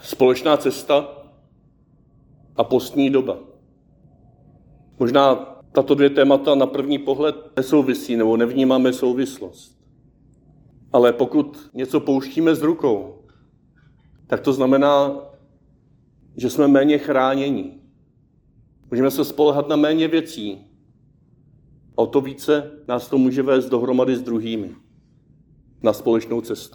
Společná cesta a postní doba. Možná tato dvě témata na první pohled nesouvisí nebo nevnímáme souvislost. Ale pokud něco pouštíme z rukou, tak to znamená, že jsme méně chráněni. Můžeme se spoléhat na méně věcí. A o to více nás to může vést dohromady s druhými na společnou cestu.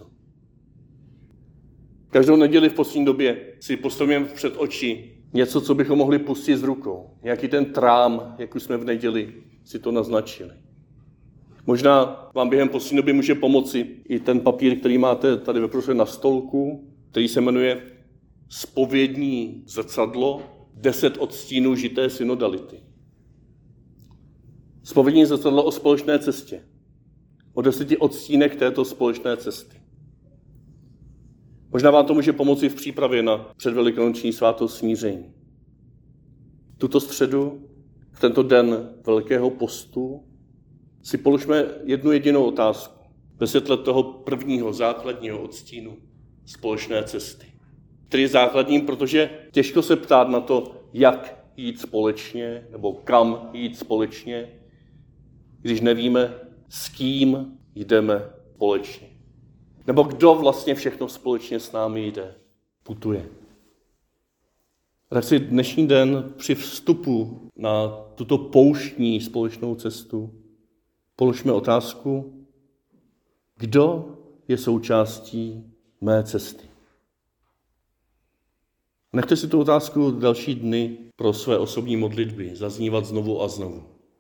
Každou neděli v poslední době si postavíme před oči něco, co bychom mohli pustit z rukou. Nějaký ten trám, jak už jsme v neděli si to naznačili. Možná vám během poslední doby může pomoci i ten papír, který máte tady ve na stolku, který se jmenuje Zpovědní zrcadlo, 10 odstínů žité synodality. Zpovědní zrcadlo o společné cestě. O 10 odstínech této společné cesty. Možná vám to může pomoci v přípravě na předvelikonoční svátost smíření. Tuto středu, v tento den Velkého postu, si položme jednu jedinou otázku ve světle toho prvního základního odstínu společné cesty, který je základním, protože těžko se ptát na to, jak jít společně nebo kam jít společně, když nevíme, s kým jdeme společně. Nebo kdo vlastně všechno společně s námi jde, putuje. Tak si dnešní den při vstupu na tuto pouštní společnou cestu položme otázku, kdo je součástí mé cesty. Nechte si tu otázku další dny pro své osobní modlitby zaznívat znovu a znovu.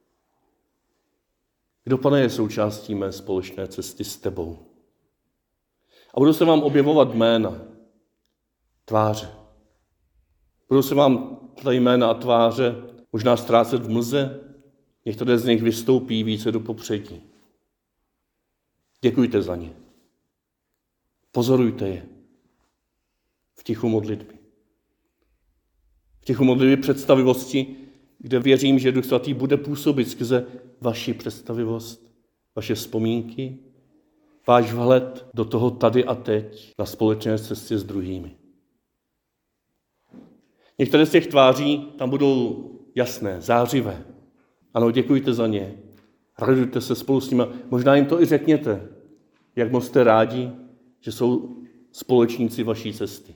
Kdo, Pane, je součástí mé společné cesty s tebou? A budou se vám objevovat jména, tváře. Budou se vám ta jména a tváře možná ztrácet v mlze, některé z nich vystoupí více do popředí. Děkujte za ně. Pozorujte je v tichu modlitby. V tichu modlitby představivosti, kde věřím, že Duch Svatý bude působit skrze vaši představivost, vaše vzpomínky, váš vhled do toho tady a teď na společné cestě s druhými. Některé z těch tváří tam budou jasné, zářivé. Ano, děkujte za ně. Radujte se spolu s nimi. Možná jim to i řekněte, jak moc jste rádi, že jsou společníci vaší cesty.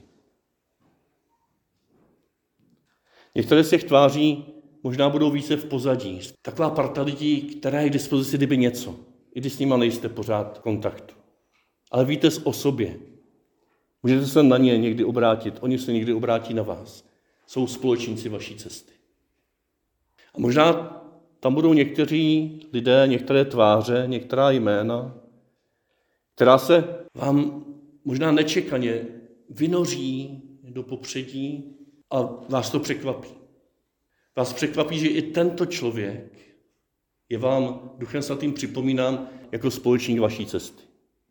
Některé z těch tváří možná budou více v pozadí. Taková parta lidí, která je k dispozici, kdyby něco. I když s nima nejste pořád v kontaktu. Ale víte o sobě. Můžete se na ně někdy obrátit, oni se někdy obrátí na vás. Jsou společníci vaší cesty. A možná tam budou někteří lidé, některé tváře, některá jména, která se vám možná nečekaně vynoří do popředí a vás to překvapí. Vás překvapí, že i tento člověk je vám Duchem Svatým připomínán jako společník vaší cesty.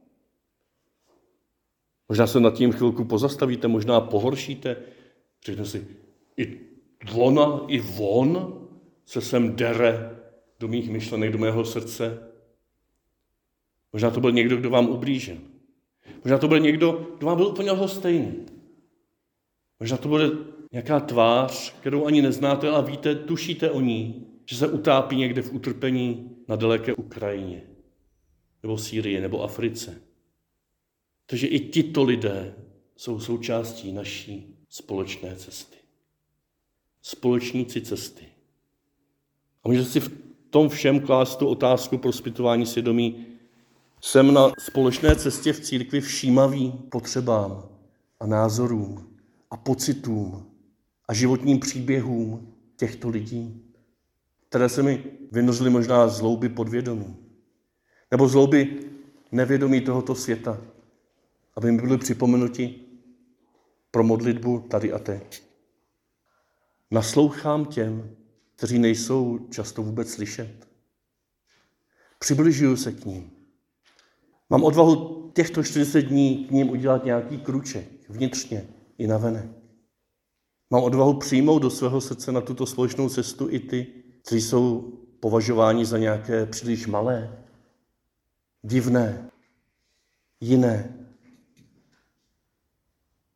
Možná se nad tím chvilku pozastavíte, možná pohoršíte, řeknete si, i ona, i on se sem dere do mých myšlenek, do mého srdce. Možná to byl někdo, kdo vám ublížil. Možná to byl někdo, kdo vám byl úplně lhostejný. Možná to bude nějaká tvář, kterou ani neznáte, ale víte, tušíte o ní, že se utápí někde v utrpení na daleké Ukrajině, nebo Sýrii, nebo Africe. Takže i tito lidé jsou součástí naší společné cesty. Společníci cesty. A můžete si v tom všem klást tu otázku pro zpytování svědomí. Jsem na společné cestě v církvi všímavý potřebám a názorům a pocitům a životním příběhům těchto lidí, které se mi vynořily možná z hlouby podvědomí nebo z hlouby nevědomí tohoto světa, aby mi byly připomenuti pro modlitbu tady a teď. Naslouchám těm, kteří nejsou často vůbec slyšet. Přibližuju se k ním. Mám odvahu těchto 40 dní k ním udělat nějaký kruček, vnitřně i navenek. Mám odvahu přijmout do svého srdce na tuto společnou cestu i ty, kteří jsou považováni za nějaké příliš malé, divné, jiné.